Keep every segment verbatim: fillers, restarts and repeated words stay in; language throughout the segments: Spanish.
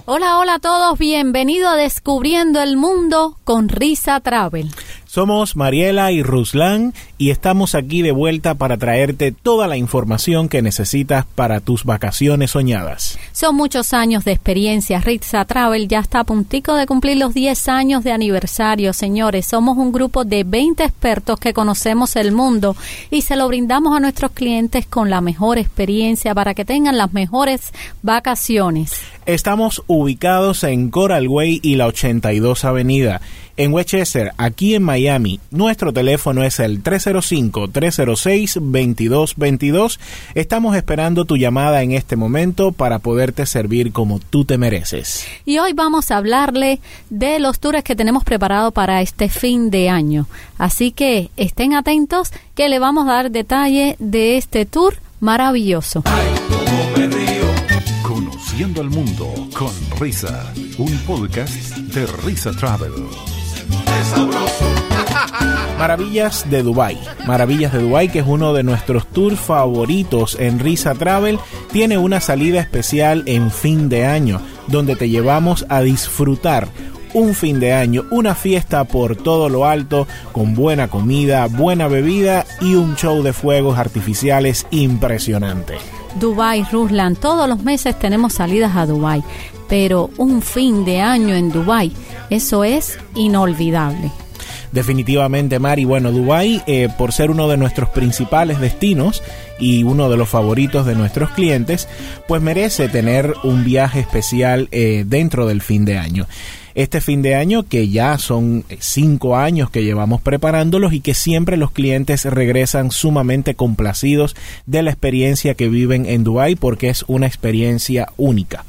Hola, hola a todos, bienvenido a Descubriendo el Mundo con Risa Travel. Somos Mariela y Ruslan y estamos aquí de vuelta para traerte toda la información que necesitas para tus vacaciones soñadas. Son muchos años de experiencia. Risa Travel ya está a puntico de cumplir los diez años de aniversario, señores. Somos un grupo de veinte expertos que conocemos el mundo y se lo brindamos a nuestros clientes con la mejor experiencia para que tengan las mejores vacaciones. Estamos ubicados en Coral Way y la ochenta y dos Avenida. En Westchester, aquí en Miami, nuestro teléfono es el tres cero cinco, tres cero seis, veintidós veintidós. Estamos esperando tu llamada en este momento para poderte servir como tú te mereces. Y hoy vamos a hablarle de los tours que tenemos preparados para este fin de año. Así que estén atentos que le vamos a dar detalle de este tour maravilloso. Ay, cómo me río. Conociendo el mundo con Risa, un podcast de Risa Travel. Maravillas de Dubái. Maravillas de Dubái, que es uno de nuestros tours favoritos en Risa Travel, tiene una salida especial en fin de año, donde te llevamos a disfrutar un fin de año, una fiesta por todo lo alto, con buena comida, buena bebida y un show de fuegos artificiales impresionante. Dubái, Ruslan, todos los meses tenemos salidas a Dubái, pero un fin de año en Dubái, eso es inolvidable. Definitivamente, Mari. Bueno, Dubái, eh, por ser uno de nuestros principales destinos y uno de los favoritos de nuestros clientes, pues merece tener un viaje especial eh, dentro del fin de año. Este fin de año que ya son cinco años que llevamos preparándolos y que siempre los clientes regresan sumamente complacidos de la experiencia que viven en Dubái porque es una experiencia única.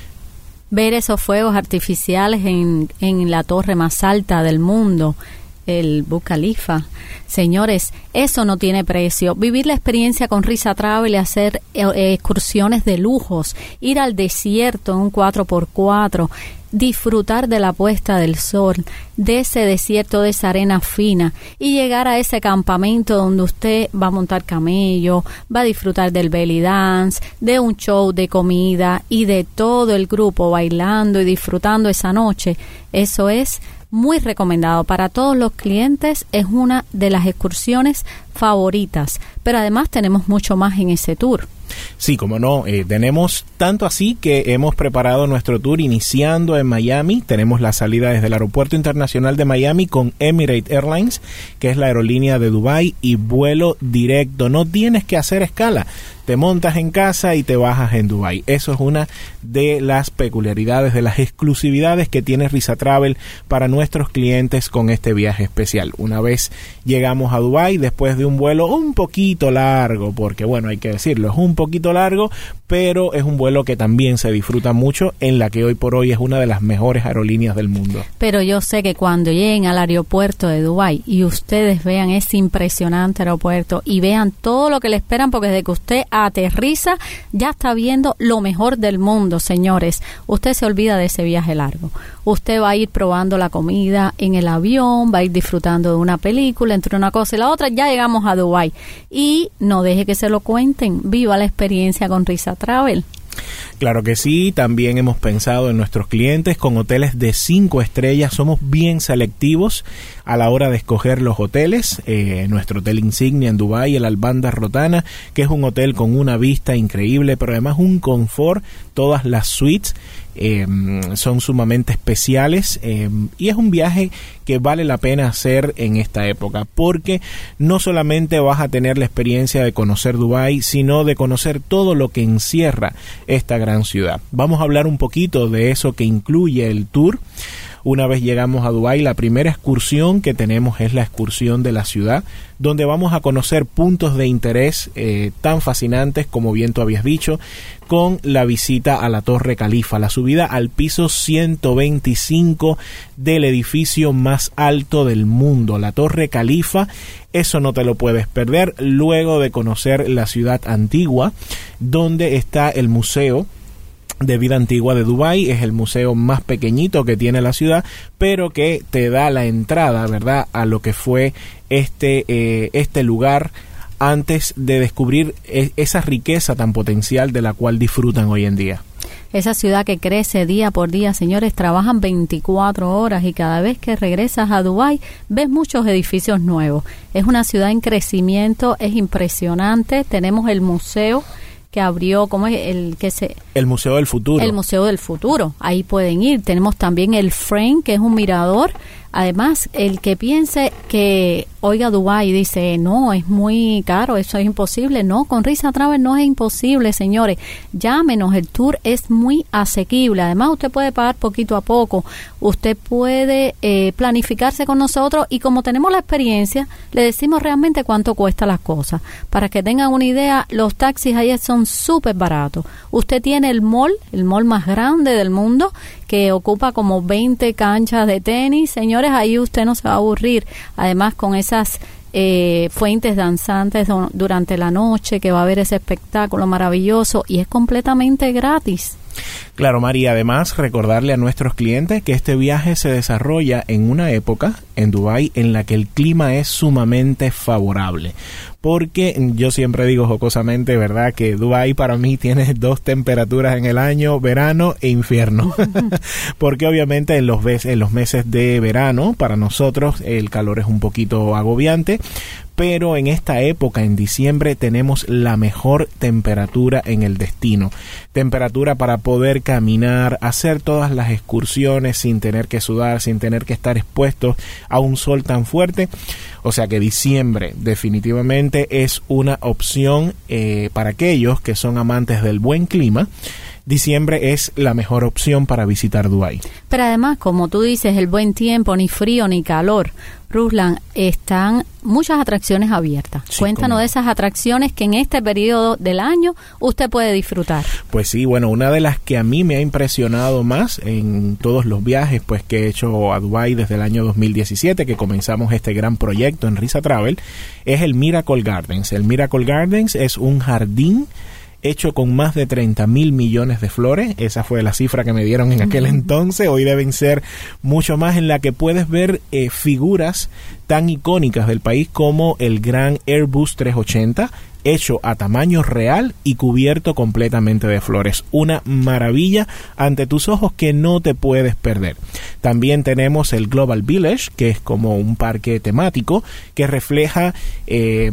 Ver esos fuegos artificiales en, en la torre más alta del mundo, el Burj Khalifa. Señores, eso no tiene precio. Vivir la experiencia con Risa Travel y hacer eh, excursiones de lujos, ir al desierto en un cuatro por cuatro, disfrutar de la puesta del sol, de ese desierto, de esa arena fina y llegar a ese campamento donde usted va a montar camello, va a disfrutar del belly dance, de un show de comida y de todo el grupo bailando y disfrutando esa noche. Eso es muy recomendado para todos los clientes, es una de las excursiones favoritas, pero además tenemos mucho más en ese tour. Sí, como no, eh, tenemos tanto así que hemos preparado nuestro tour iniciando en Miami. Tenemos la salida desde el Aeropuerto Internacional de Miami con Emirates Airlines, que es la aerolínea de Dubái, y vuelo directo. No tienes que hacer escala. Te montas en casa y te bajas en Dubái. Eso es una de las peculiaridades, de las exclusividades que tiene Risa Travel para nuestros clientes con este viaje especial. Una vez llegamos a Dubái, después de un vuelo un poquito largo, porque bueno, hay que decirlo, es un poquito largo, pero es un vuelo que también se disfruta mucho, en la que hoy por hoy es una de las mejores aerolíneas del mundo. Pero yo sé que cuando lleguen al aeropuerto de Dubái y ustedes vean ese impresionante aeropuerto y vean todo lo que le esperan, porque desde que usted aterriza ya está viendo lo mejor del mundo, señores. Usted se olvida de ese viaje largo. Usted va a ir probando la comida en el avión, va a ir disfrutando de una película, entre una cosa y la otra. Ya llegamos a Dubái y no deje que se lo cuenten. Viva la experiencia con Risa Travel. Claro que sí, también hemos pensado en nuestros clientes con hoteles de cinco estrellas. Somos bien selectivos a la hora de escoger los hoteles. Eh, nuestro hotel insignia en Dubái, el Al-Bandar Rotana, que es un hotel con una vista increíble, pero además un confort. Todas las suites eh, son sumamente especiales eh, y es un viaje que vale la pena hacer en esta época, porque no solamente vas a tener la experiencia de conocer Dubái, sino de conocer todo lo que encierra esta gran ciudad. Vamos a hablar un poquito de eso que incluye el tour. Una vez llegamos a Dubái, la primera excursión que tenemos es la excursión de la ciudad, donde vamos a conocer puntos de interés eh, tan fascinantes como bien tú habías dicho, con la visita a la Torre Khalifa, la subida al piso ciento veinticinco del edificio más alto del mundo, la Torre Khalifa. Eso no te lo puedes perder, luego de conocer la ciudad antigua, donde está el museo de vida antigua de Dubái. Es el museo más pequeñito que tiene la ciudad, pero que te da la entrada, ¿verdad?, a lo que fue este, eh, este lugar antes de descubrir esa riqueza tan potencial de la cual disfrutan hoy en día. esa ciudad que crece día por día. Señores, trabajan veinticuatro horas y cada vez que regresas a Dubái ves muchos edificios nuevos. Es una ciudad en crecimiento, es impresionante. Tenemos el museo que abrió, ¿cómo es? El que se el Museo del Futuro. El Museo del Futuro. Ahí pueden ir. Tenemos también el Frame, que es un mirador. Además, el que piense que oiga Dubái y dice, no, es muy caro, eso es imposible. No, con Risa Travel no es imposible, señores. Llámenos, el tour es muy asequible. Además, usted puede pagar poquito a poco. Usted puede eh, planificarse con nosotros y como tenemos la experiencia, le decimos realmente cuánto cuesta las cosas. Para que tengan una idea, los taxis ahí son súper baratos. Usted tiene el mall, el mall más grande del mundo, que ocupa como veinte canchas de tenis. Señores, ahí usted no se va a aburrir. Además, con esas eh, fuentes danzantes durante la noche, que va a haber ese espectáculo maravilloso y es completamente gratis. Claro, María, además recordarle a nuestros clientes que este viaje se desarrolla en una época en Dubái en la que el clima es sumamente favorable. Porque yo siempre digo jocosamente, ¿verdad?, que Dubái para mí tiene dos temperaturas en el año, verano e invierno. Porque obviamente en los, en los meses de verano, para nosotros el calor es un poquito agobiante, pero en esta época, en diciembre, tenemos la mejor temperatura en el destino. Temperatura para poder caminar, hacer todas las excursiones sin tener que sudar, sin tener que estar expuestos a un sol tan fuerte. O sea que diciembre definitivamente es una opción eh, para aquellos que son amantes del buen clima. Diciembre es la mejor opción para visitar Dubái. Pero además, como tú dices, el buen tiempo, ni frío ni calor. Ruslan, están muchas atracciones abiertas. Sí, Cuéntanos de esas atracciones que en este periodo del año usted puede disfrutar. Pues sí, bueno, una de las que a mí me ha impresionado más en todos los viajes pues que he hecho a Dubái desde el año dos mil diecisiete, que comenzamos este gran proyecto en Risa Travel, es el Miracle Gardens. El Miracle Gardens es un jardín hecho con más de treinta mil millones de flores. Esa fue la cifra que me dieron en aquel entonces. Hoy deben ser mucho más, en la que puedes ver eh, figuras tan icónicas del país como el gran Airbus trescientos ochenta, hecho a tamaño real y cubierto completamente de flores. Una maravilla ante tus ojos que no te puedes perder. También tenemos el Global Village, que es como un parque temático que refleja eh,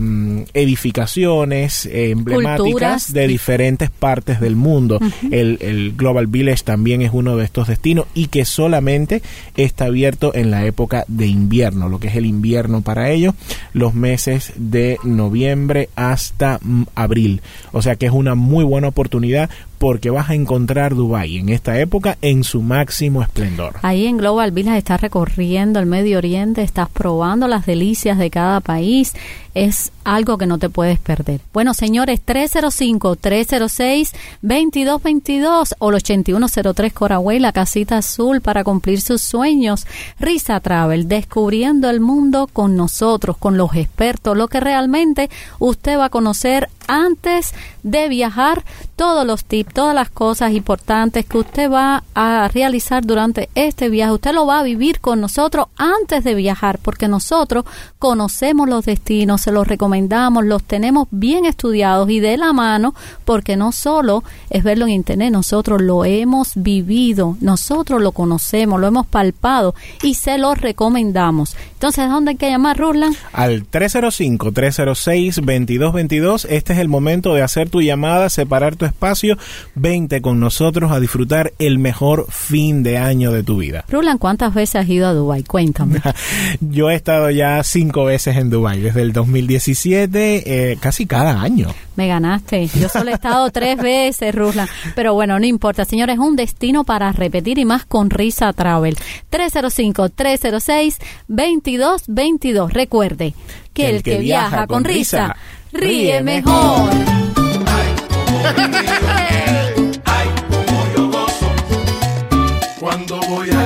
edificaciones eh, emblemáticas Culturas. de diferentes partes del mundo. Uh-huh. El, el Global Village también es uno de estos destinos y que solamente está abierto en la época de invierno, lo que es el invierno para ellos, los meses de noviembre hasta abril. O sea que es una muy buena oportunidad porque vas a encontrar Dubái en esta época en su máximo esplendor. Ahí en Global Village estás recorriendo el Medio Oriente, estás probando las delicias de cada país. Es algo que no te puedes perder. Bueno, señores, tres cero cinco, tres cero seis, dos dos dos dos o el ochenta y uno cero tres Coraway, la casita azul para cumplir sus sueños. Risa Travel, descubriendo el mundo con nosotros, con los expertos, lo que realmente usted va a conocer antes de viajar, todos los tips, todas las cosas importantes que usted va a realizar durante este viaje. Usted lo va a vivir con nosotros antes de viajar, porque nosotros conocemos los destinos, se los recomendamos, los tenemos bien estudiados y de la mano, porque no solo es verlo en internet, nosotros lo hemos vivido, nosotros lo conocemos, lo hemos palpado y se los recomendamos. Entonces, ¿dónde hay que llamar, Ruslan? Al tres cero cinco, tres cero seis, dos dos dos dos. Este es el momento de hacer tu llamada, separar tu espacio. Vente con nosotros a disfrutar el mejor fin de año de tu vida. Ruslan, ¿cuántas veces has ido a Dubái? Cuéntame. Yo he estado ya cinco veces en Dubái desde el dos mil diecisiete, eh, casi cada año. Me ganaste. Yo solo he estado tres veces, Ruslan. Pero bueno, no importa, señores, es un destino para repetir y más con Risa Travel. tres cero cinco, tres cero seis, dos dos dos dos. Recuerde que el, el que, que viaja, viaja con Risa ríe mejor. Ay, como yo gozo cuando voy a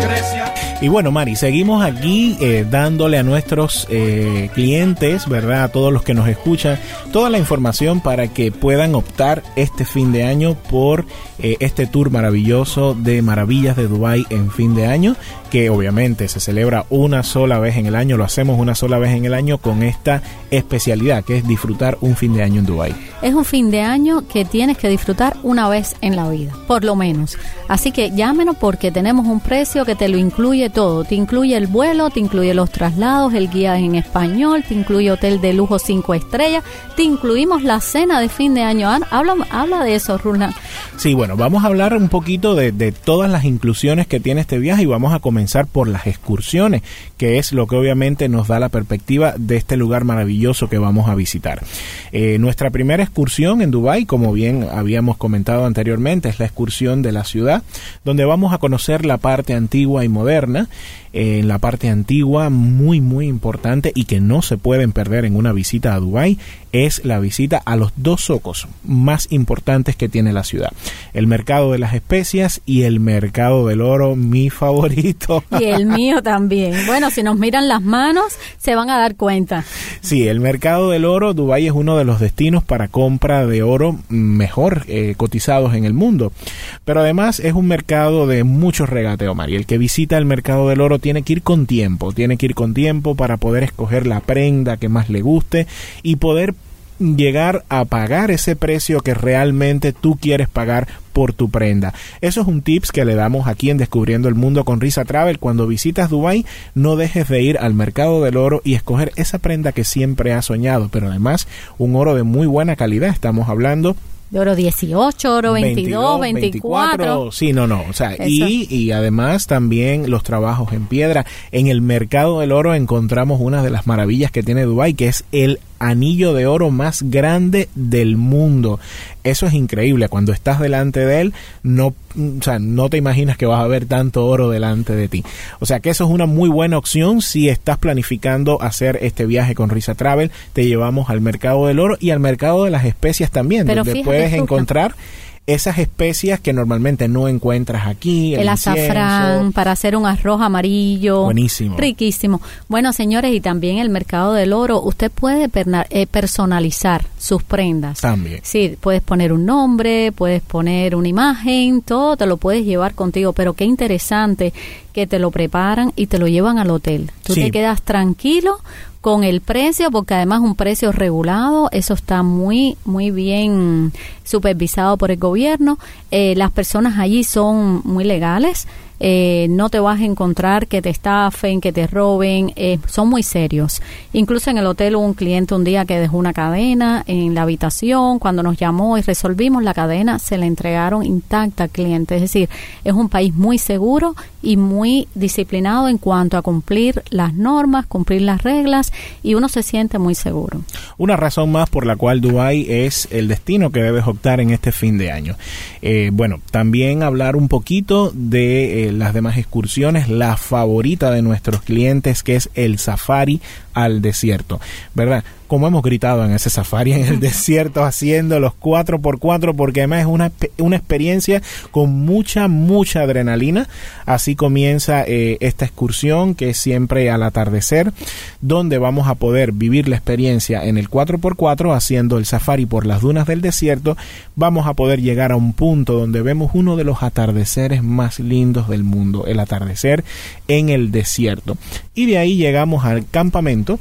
Grecia. Y bueno, Mari, seguimos aquí eh, dándole a nuestros eh, clientes, ¿verdad? A todos los que nos escuchan, toda la información para que puedan optar este fin de año por eh, este tour maravilloso de Maravillas de Dubái en fin de año, que obviamente se celebra una sola vez en el año, lo hacemos una sola vez en el año con esta especialidad que es disfrutar un fin de año en Dubái. Es un fin de año que tienes que disfrutar una vez en la vida, por lo menos. Así que llámenos porque tenemos un precio que te lo incluye todo. Te incluye el vuelo, te incluye los traslados, el guía en español, te incluye hotel de lujo cinco estrellas, te incluimos la cena de fin de año. Habla, habla de eso, Rulán. Sí, bueno, vamos a hablar un poquito de, de todas las inclusiones que tiene este viaje y vamos a comenzar por las excursiones, que es lo que obviamente nos da la perspectiva de este lugar maravilloso que vamos a visitar. Eh, nuestra primera excursión en Dubái, como bien habíamos comentado anteriormente, es la excursión de la ciudad, donde vamos a conocer la parte antigua y moderna. En eh, la parte antigua, muy muy importante y que no se pueden perder en una visita a Dubái, es la visita a los dos zocos más importantes que tiene la ciudad: el mercado de las especias y el mercado del oro, mi favorito. Y el mío también. Bueno, si nos miran las manos se van a dar cuenta. Sí, el mercado del oro, Dubái es uno de los destinos para compra de oro mejor eh, cotizados en el mundo, pero además es un mercado de mucho regateo, María. El que visita el mercado del oro tiene que ir con tiempo, tiene que ir con tiempo para poder escoger la prenda que más le guste y poder llegar a pagar ese precio que realmente tú quieres pagar por tu prenda. Eso es un tips que le damos aquí en Descubriendo el Mundo con Risa Travel. Cuando visitas Dubái, no dejes de ir al mercado del oro y escoger esa prenda que siempre has soñado, pero además un oro de muy buena calidad. Estamos hablando de oro dieciocho, oro veintidós, veinticuatro. Sí, no, no. O sea, y, y además también los trabajos en piedra. En el mercado del oro encontramos una de las maravillas que tiene Dubái, que es el anillo de oro más grande del mundo. Eso es increíble. Cuando estás delante de él, no, o sea, no te imaginas que vas a ver tanto oro delante de ti. O sea que eso es una muy buena opción si estás planificando hacer este viaje con Risa Travel. Te llevamos al mercado del oro y al mercado de las especias también, pero donde puedes encontrar esas especias que normalmente no encuentras aquí. El, el azafrán para hacer un arroz amarillo. Buenísimo. Riquísimo. Bueno, señores, y también el mercado del oro, usted puede perna- eh, personalizar sus prendas. También. Sí, puedes poner un nombre, puedes poner una imagen, todo te lo puedes llevar contigo, pero qué interesante que te lo preparan y te lo llevan al hotel. Tú sí. te quedas tranquilo con el precio, porque además un precio regulado, eso está muy, muy bien supervisado por el gobierno. Eh, las personas allí son muy legales. Eh, no te vas a encontrar que te estafen, que te roben, eh, son muy serios. Incluso en el hotel hubo un cliente un día que dejó una cadena en la habitación. Cuando nos llamó y resolvimos la cadena, se la entregaron intacta al cliente. Es decir, es un país muy seguro y muy disciplinado en cuanto a cumplir las normas, cumplir las reglas, y uno se siente muy seguro. Una razón más por la cual Dubái es el destino que debes optar en este fin de año. Eh, bueno, también hablar un poquito de eh, las demás excursiones, la favorita de nuestros clientes, que es el safari al desierto, ¿verdad? Como hemos gritado en ese safari en el desierto, haciendo los cuatro por cuatro, porque además es una, una experiencia con mucha, mucha adrenalina. Así comienza eh, esta excursión, que es siempre al atardecer, donde vamos a poder vivir la experiencia en el cuatro por cuatro, haciendo el safari por las dunas del desierto. Vamos a poder llegar a un punto donde vemos uno de los atardeceres más lindos del mundo, el atardecer en el desierto. Y de ahí llegamos al campamento,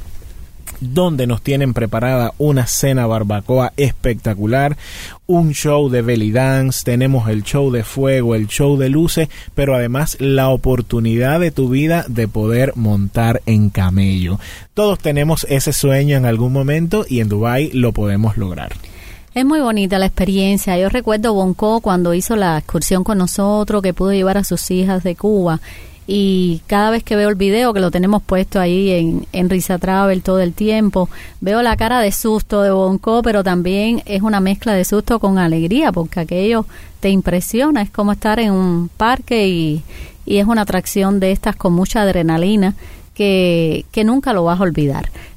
donde nos tienen preparada una cena barbacoa espectacular, un show de belly dance, tenemos el show de fuego, el show de luces, pero además la oportunidad de tu vida de poder montar en camello. Todos tenemos ese sueño en algún momento y en Dubái lo podemos lograr. Es muy bonita la experiencia. Yo recuerdo Bonco cuando hizo la excursión con nosotros, que pudo llevar a sus hijas de Cuba. Y cada vez que veo el video, que lo tenemos puesto ahí en, en Risa Travel todo el tiempo, veo la cara de susto de Bonco, pero también es una mezcla de susto con alegría, porque aquello te impresiona. Es como estar en un parque y, y es una atracción de estas con mucha adrenalina que, que nunca lo vas a olvidar.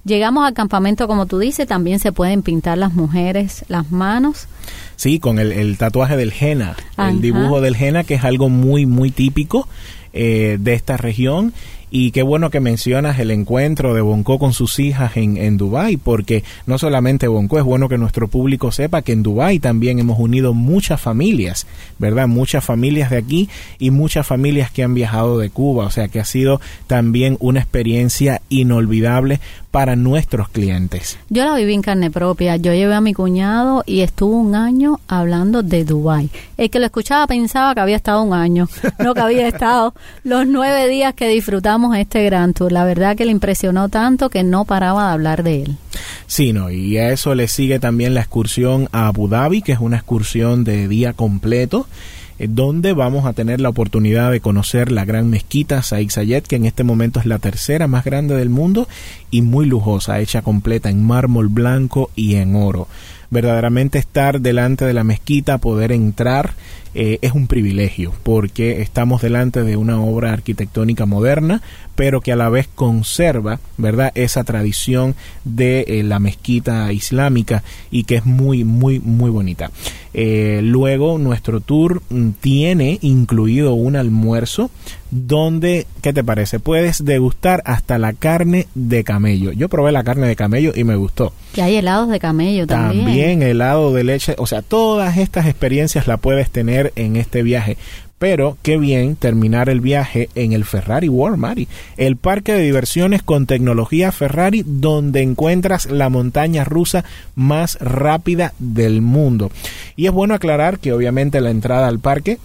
Llegamos al campamento, como tú dices, también se pueden pintar las mujeres las manos. Sí, con el, el tatuaje del henna, Ajá. el dibujo del henna, que es algo muy, muy típico eh, de esta región. Y qué bueno que mencionas el encuentro de Bonco con sus hijas en, en Dubái, porque no solamente Bonco, es bueno que nuestro público sepa que en Dubái también hemos unido muchas familias, ¿verdad? Muchas familias de aquí y muchas familias que han viajado de Cuba, o sea que ha sido también una experiencia inolvidable para nuestros clientes. Yo la viví en carne propia. Yo llevé a mi cuñado y estuvo un año hablando de Dubái. El que lo escuchaba pensaba que había estado un año, no que había estado los nueve días que disfrutamos este gran tour. La verdad que le impresionó tanto que no paraba de hablar de él. Sí, no, y a eso le sigue también la excursión a Abu Dhabi, que es una excursión de día completo, donde vamos a tener la oportunidad de conocer la gran mezquita Said Sayed, que en este momento es la tercera más grande del mundo y muy lujosa, hecha completa en mármol blanco y en oro. Verdaderamente estar delante de la mezquita, poder entrar, eh, es un privilegio, porque estamos delante de una obra arquitectónica moderna, pero que a la vez conserva, ¿verdad?, esa tradición de eh, la mezquita islámica, y que es muy, muy, muy bonita. Eh, luego, nuestro tour tiene incluido un almuerzo donde, ¿qué te parece? Puedes degustar hasta la carne de camello. Yo probé la carne de camello y me gustó. Que hay helados de camello también. También helado de leche. O sea, todas estas experiencias las puedes tener en este viaje. Pero qué bien terminar el viaje en el Ferrari World, Mari, el parque de diversiones con tecnología Ferrari, donde encuentras la montaña rusa más rápida del mundo. Y es bueno aclarar que obviamente la entrada al parque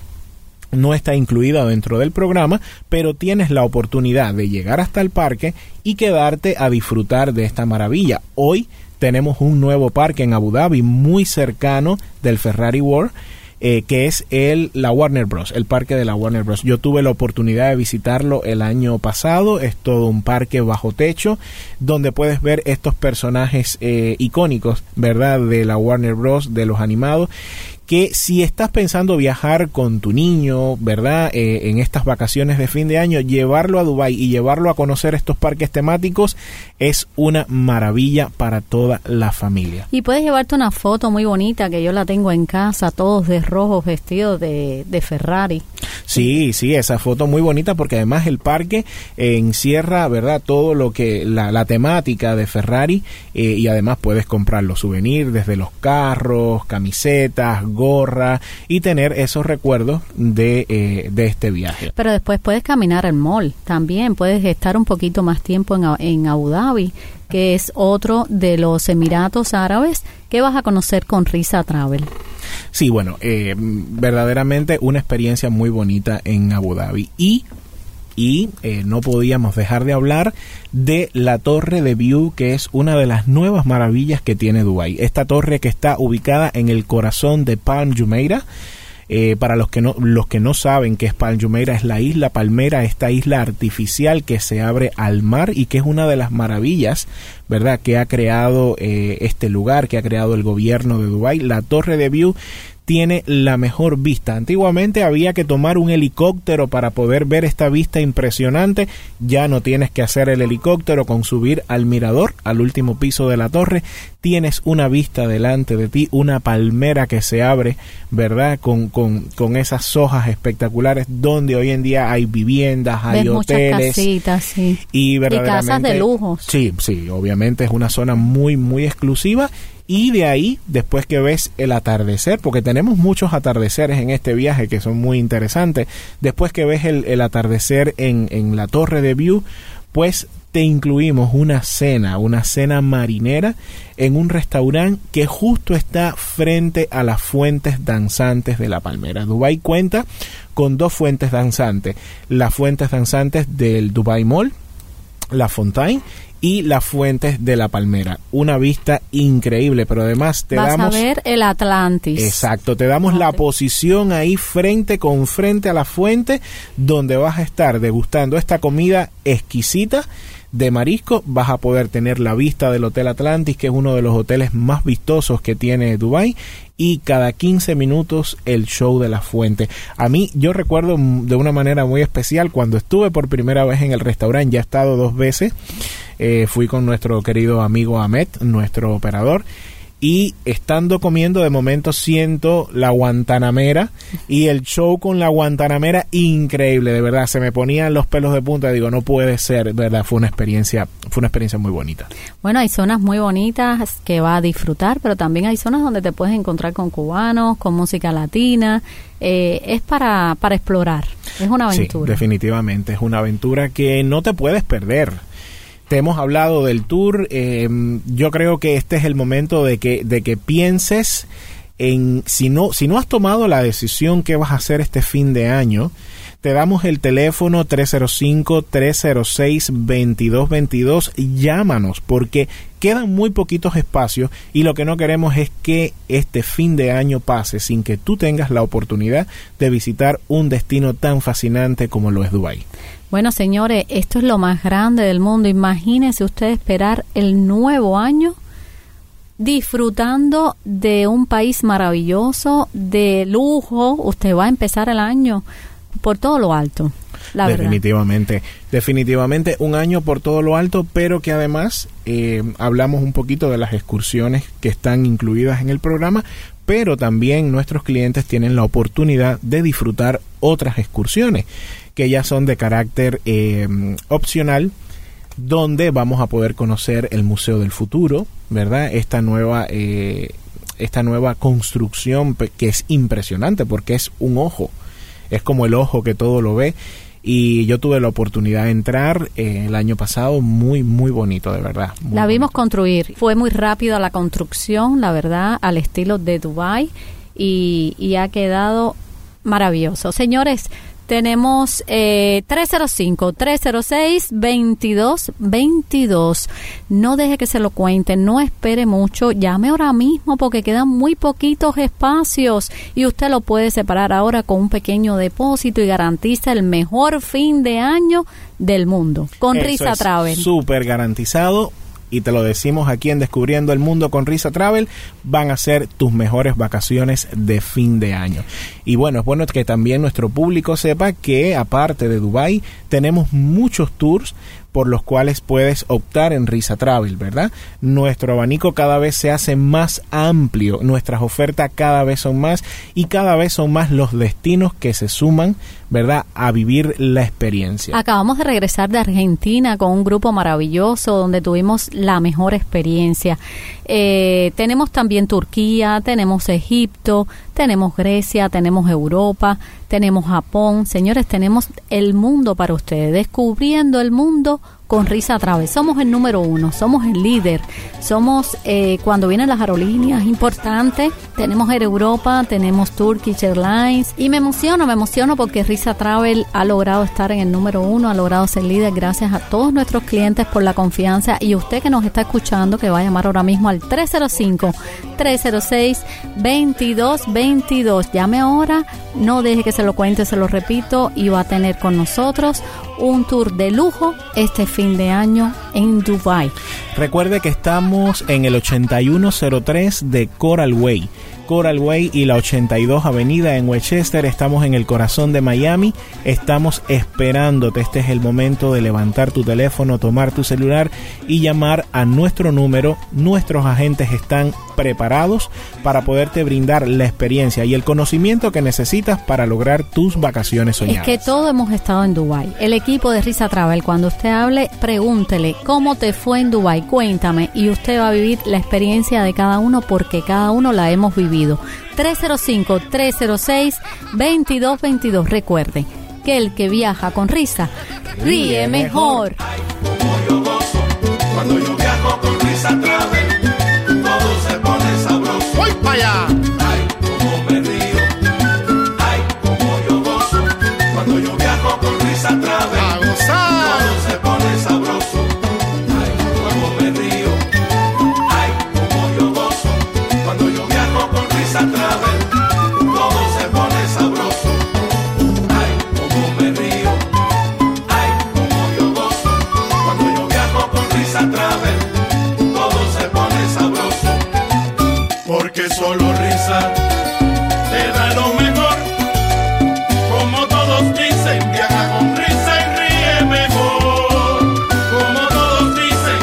no está incluida dentro del programa, pero tienes la oportunidad de llegar hasta el parque y quedarte a disfrutar de esta maravilla. Hoy tenemos un nuevo parque en Abu Dhabi, muy cercano del Ferrari World, Eh, que es el la Warner Bros., el parque de la Warner Bros. Yo tuve la oportunidad de visitarlo el año pasado. Es todo un parque bajo techo donde puedes ver estos personajes eh, icónicos, ¿verdad?, de la Warner Bros., de los animados, que si estás pensando viajar con tu niño, ¿verdad?, eh, en estas vacaciones de fin de año, llevarlo a Dubái y llevarlo a conocer estos parques temáticos es una maravilla para toda la familia. Y puedes llevarte una foto muy bonita, que yo la tengo en casa, todos de rojo vestidos de, de Ferrari. Sí, sí, esa foto muy bonita, porque además el parque eh, encierra, ¿verdad?, todo lo que, la, la temática de Ferrari, eh, y además puedes comprar los souvenirs desde los carros, camisetas, gorra, y tener esos recuerdos de, eh, de este viaje. Pero después puedes caminar al mall también, puedes estar un poquito más tiempo en, en Abu Dhabi, que es otro de los Emiratos Árabes que vas a conocer con Risa Travel. Sí, bueno, eh, verdaderamente una experiencia muy bonita en Abu Dhabi. Y Y eh, no podíamos dejar de hablar de la Torre de View, que es una de las nuevas maravillas que tiene Dubái. Esta torre que está ubicada en el corazón de Palm Jumeirah. Eh, para los que no los que no saben qué es Palm Jumeirah, es la isla Palmera, esta isla artificial que se abre al mar y que es una de las maravillas, ¿verdad?, que ha creado eh, este lugar, que ha creado el gobierno de Dubái. La Torre de View tiene la mejor vista. Antiguamente había que tomar un helicóptero para poder ver esta vista impresionante. Ya no tienes que hacer el helicóptero. Con subir al mirador, al último piso de la torre, tienes una vista delante de ti, una palmera que se abre, ¿verdad?, con, con, con esas hojas espectaculares, donde hoy en día hay viviendas, hay Ves hoteles, muchas casitas, sí. y verdaderamente, y casas de lujos. Sí, sí, obviamente es una zona muy, muy exclusiva. Y de ahí, después que ves el atardecer, porque tenemos muchos atardeceres en este viaje que son muy interesantes, después que ves el, el atardecer en, en la Torre de View, pues te incluimos una cena, una cena marinera en un restaurante que justo está frente a las fuentes danzantes de la Palmera. Dubái cuenta con dos fuentes danzantes, las fuentes danzantes del Dubai Mall, la Fontaine, y las fuentes de la Palmera. Una vista increíble, pero además te Vas damos... Vas a ver el Atlantis. Exacto, te damos la posición ahí frente con frente a la fuente, donde vas a estar degustando esta comida exquisita de marisco. Vas a poder tener la vista del Hotel Atlantis, que es uno de los hoteles más vistosos que tiene Dubái, y cada quince minutos el show de la fuente. A mí, yo recuerdo de una manera muy especial cuando estuve por primera vez en el restaurante, ya he estado dos veces, Eh, fui con nuestro querido amigo Ahmed, nuestro operador. Y estando comiendo, de momento siento la guantanamera y el show con la guantanamera increíble, de verdad, se me ponían los pelos de punta, digo, no puede ser, verdad, fue una experiencia, fue una experiencia muy bonita. Bueno, hay zonas muy bonitas que va a disfrutar, pero también hay zonas donde te puedes encontrar con cubanos, con música latina, eh, es para, para explorar, es una aventura. Sí, definitivamente, es una aventura que no te puedes perder. Te hemos hablado del tour, eh, yo creo que este es el momento de que, de que pienses en, si no, si no has tomado la decisión que vas a hacer este fin de año, te damos el teléfono tres cero cinco, tres cero seis, veintidós veintidós, llámanos porque quedan muy poquitos espacios y lo que no queremos es que este fin de año pase sin que tú tengas la oportunidad de visitar un destino tan fascinante como lo es Dubái. Bueno, señores, esto es lo más grande del mundo. Imagínense usted esperar el nuevo año disfrutando de un país maravilloso, de lujo. Usted va a empezar el año por todo lo alto, la definitivamente, verdad. Definitivamente un año por todo lo alto, pero que además eh, hablamos un poquito de las excursiones que están incluidas en el programa, pero también nuestros clientes tienen la oportunidad de disfrutar otras excursiones que ya son de carácter eh, opcional, donde vamos a poder conocer el Museo del Futuro, ¿verdad? Esta nueva, eh, esta nueva construcción que es impresionante porque es un ojo, es como el ojo que todo lo ve. Y yo tuve la oportunidad de entrar eh, el año pasado, muy, muy bonito, de verdad. La vimos bonito. construir. Fue muy rápido la construcción, la verdad, al estilo de Dubái y, y ha quedado maravilloso. Señores, tenemos eh, tres cero cinco, tres cero seis, veintidós veintidós. No deje que se lo cuenten, no espere mucho, llame ahora mismo porque quedan muy poquitos espacios y usted lo puede separar ahora con un pequeño depósito y garantiza el mejor fin de año del mundo con Eso Risa es Travel. Súper garantizado. Y te lo decimos aquí en Descubriendo el Mundo con Risa Travel, van a ser tus mejores vacaciones de fin de año. Y bueno, es bueno que también nuestro público sepa que aparte de Dubái, tenemos muchos tours por los cuales puedes optar en Risa Travel, ¿verdad? Nuestro abanico cada vez se hace más amplio, nuestras ofertas cada vez son más y cada vez son más los destinos que se suman, ¿verdad?, a vivir la experiencia. Acabamos de regresar de Argentina con un grupo maravilloso donde tuvimos la mejor experiencia. Eh, tenemos también Turquía, tenemos Egipto, tenemos Grecia, tenemos Europa, tenemos Japón. Señores, tenemos el mundo para ustedes, descubriendo el mundo con Risa Travel. Somos el número uno, somos el líder, somos eh, cuando vienen las aerolíneas importantes, tenemos Air Europa, tenemos Turkish Airlines y me emociono, me emociono porque Risa Travel ha logrado estar en el número uno, ha logrado ser líder gracias a todos nuestros clientes por la confianza y usted que nos está escuchando que va a llamar ahora mismo al tres cero cinco, tres cero seis, veintidós veintidós. Llame ahora, no deje que se lo cuente, se lo repito, y va a tener con nosotros un tour de lujo este fin de año en Dubái. Recuerde que estamos en el ochenta y uno cero tres de Coral Way. Coral Way y la ochenta y dos Avenida en Westchester. Estamos en el corazón de Miami. Estamos esperándote. Este es el momento de levantar tu teléfono, tomar tu celular y llamar a nuestro número. Nuestros agentes están preparados para poderte brindar la experiencia y el conocimiento que necesitas para lograr tus vacaciones soñadas. Es que todos hemos estado en Dubái. El equipo de Risa Travel, cuando usted hable, pregúntele cómo te fue en Dubái, cuéntame, y usted va a vivir la experiencia de cada uno porque cada uno la hemos vivido. tres cero cinco, tres cero seis, veintidós veintidós. Recuerde que el que viaja con Risa ríe mejor. Ay, como yo gozo cuando yo viajo con Risa Travel, todo se pone sabroso. ¡Voy para allá! Ay, como me río. Ay, como yo gozo cuando yo viajo con Risa Travel, ¡A gozar! todo se pone sabroso. Ay, como me río. Ay, como yo gozo cuando yo viajo con Risa Travel, todo se pone sabroso. Ay, como me río. Ay, como yo gozo cuando yo viajo con Risa Travel, todo se pone sabroso. Porque solo Risa te da lo mejor. Como todos dicen, viaja con Risa y ríe mejor. Como todos dicen,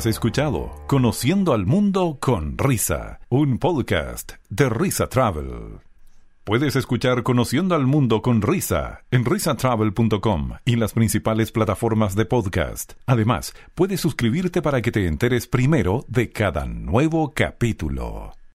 Has escuchado Conociendo al Mundo con Risa, un podcast de Risa Travel. Puedes escuchar Conociendo al Mundo con Risa en risa travel punto com y las principales plataformas de podcast. Además, puedes suscribirte para que te enteres primero de cada nuevo capítulo.